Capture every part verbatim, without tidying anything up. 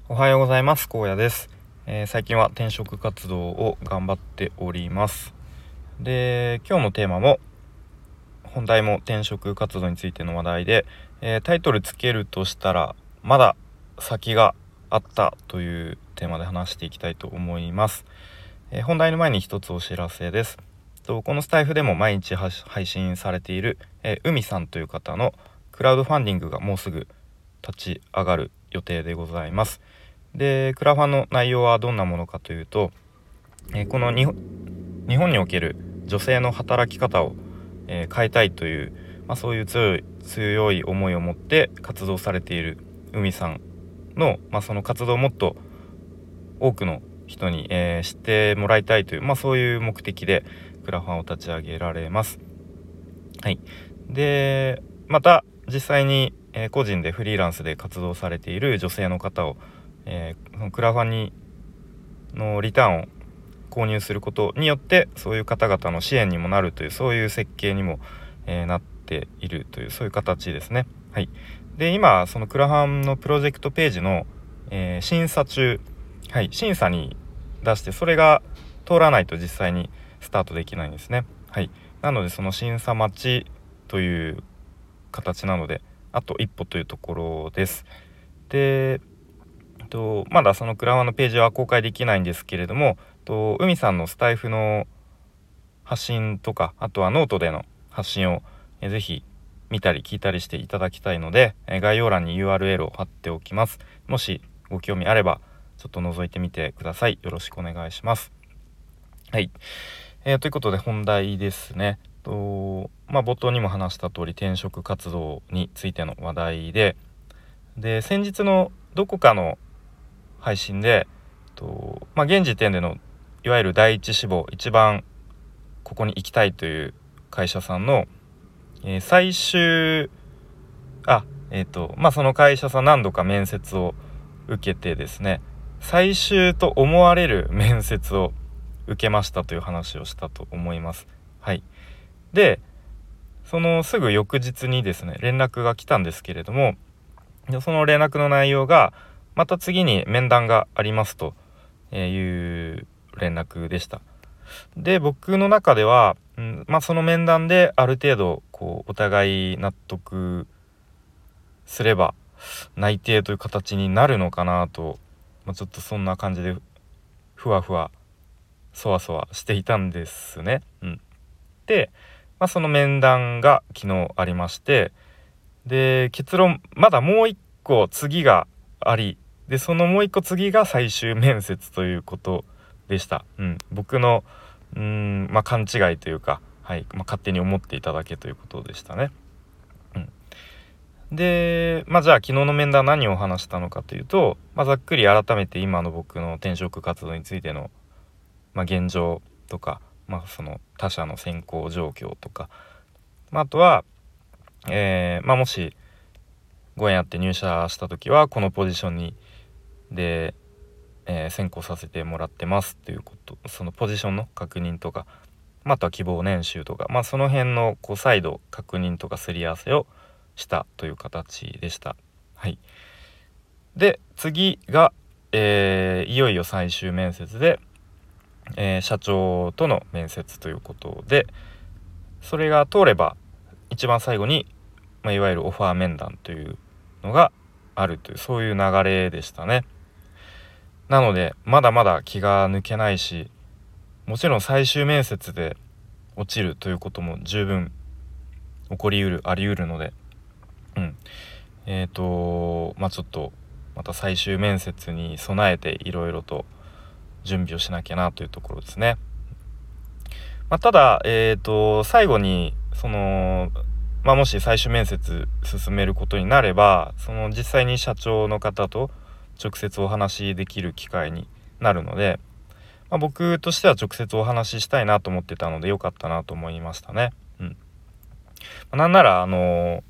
おはようございます。荒野です、えー、最近は転職活動を頑張っております。で、今日のテーマも本題も転職活動についての話題で、えー、タイトルつけるとしたらまだ先があったというテーマで話していきたいと思います。えー、本題の前に一つお知らせです。とこのスタイフでも毎日配信されている、えー、海さんという方のクラウドファンディングがもうすぐ立ち上がる予定でございます。で、クラファンの内容はどんなものかというと、えー、この日本、日本における女性の働き方を、えー、変えたいという、まあ、そういう強い、強い思いを持って活動されている海さんの、まあ、その活動をもっと多くの人に、えー、知ってもらいたいという、まあ、そういう目的でクラファンを立ち上げられます。はい。で、また実際に、えー、個人でフリーランスで活動されている女性の方を、えー、クラファンにのリターンを購入することによってそういう方々の支援にもなるという、そういう設計にも、えー、なっているという、そういう形ですね。はい。で、今そのクラファンのプロジェクトページの、えー、審査中、はい、審査に出して、それが通らないと実際にスタートできないんですね。はい。なのでその審査待ちという形なので、あと一歩というところです。で、とまだそのクラファンのページは公開できないんですけれども、と海さんのスタイフの発信とか、あとはノートでの発信をえぜひ見たり聞いたりしていただきたいので、え概要欄に ユーアールエル を貼っておきます。もしご興味あればちょっと覗いてみてください。よろしくお願いします。はい、えー、ということで本題ですね。とまあ冒頭にも話した通り、転職活動についての話題で、で先日のどこかの配信でと、まあ、現時点でのいわゆる第一志望、一番ここに行きたいという会社さんの、えー、最終あえっ、ー、とまあその会社さん何度か面接を受けてですね、最終と思われる面接を受けましたという話をしたと思います。はい。で、そのすぐ翌日にですね、連絡が来たんですけれども、その連絡の内容が、また次に面談がありますという連絡でした。で、僕の中では、うんまあ、その面談である程度こうお互い納得すれば内定という形になるのかなと、まあ、ちょっとそんな感じでふわふわそわそわしていたんですね。うん、で、まあ、その面談が昨日ありまして、で結論まだもう一個次があり、でそのもう一個次が最終面接ということでした。うん、僕のうーん、まあ、勘違いというか、はいまあ、勝手に思っていただけということでしたね。うん、で、まあ、じゃあ昨日の面談何を話したのかというと、まあ、ざっくり改めて今の僕の転職活動についての、まあ、現状とか、まあ、その他社の選考状況とか、まあ、あとは、えーまあ、もしご縁あって入社した時はこのポジションにで、えー、選考させてもらってますっていうこと、そのポジションの確認とか、また希望年収とか、まあ、その辺のこう再度確認とかすり合わせをしたという形でした。はい。で次が、えー、いよいよ最終面接で、えー、社長との面接ということで、それが通れば一番最後に、まあ、いわゆるオファー面談というのがあるという、そういう流れでしたね。なのでまだまだ気が抜けないし、もちろん最終面接で落ちるということも十分起こりうるありうるので、うんえーとまあちょっとまた最終面接に備えていろいろと準備をしなきゃなというところですね。まあ、ただえーと最後にそのまあ、もし最終面接進めることになれば、その実際に社長の方と直接お話しできる機会になるので、まあ、僕としては直接お話ししたいなと思ってたので良かったなと思いましたね。うん、なんならあの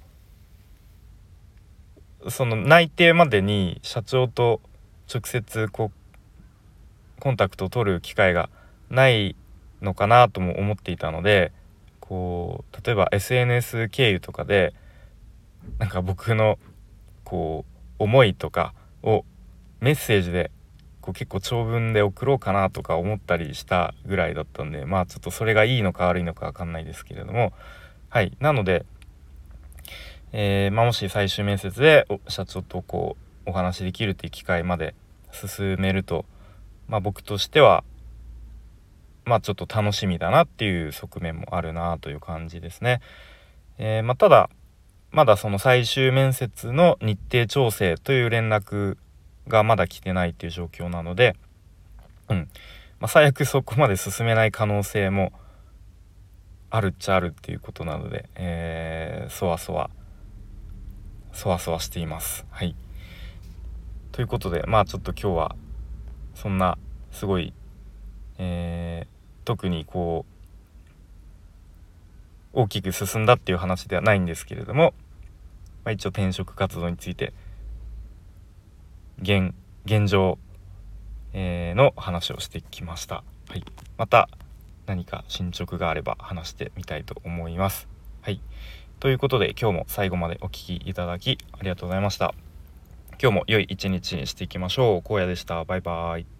ー、その内定までに社長と直接こうコンタクトを取る機会がないのかなとも思っていたので、こう例えば エスエヌエス 経由とかでなんか僕のこう思いとかをメッセージでこう結構長文で送ろうかなとか思ったりしたぐらいだったんで、まあちょっとそれがいいのか悪いのか分かんないですけれども、はいなので、えーまあ、もし最終面接で社長とこうお話できるっていう機会まで進めると、まあ、僕としてはまあちょっと楽しみだなっていう側面もあるなという感じですね。えーまあ、ただまだその最終面接の日程調整という連絡がまだ来てないっていう状況なので、うんまあ、最悪そこまで進めない可能性もあるっちゃあるっていうことなので、えー、そわそわそわそわしています。はい。ということで、まあちょっと今日はそんなすごい、えー、特にこう大きく進んだっていう話ではないんですけれども、まあ、一応転職活動について現現状、えー、の話をしてきました。はい。また何か進捗があれば話してみたいと思います。はい。ということで今日も最後までお聞きいただきありがとうございました。今日も良い一日にしていきましょう。荒野でした。バイバイ。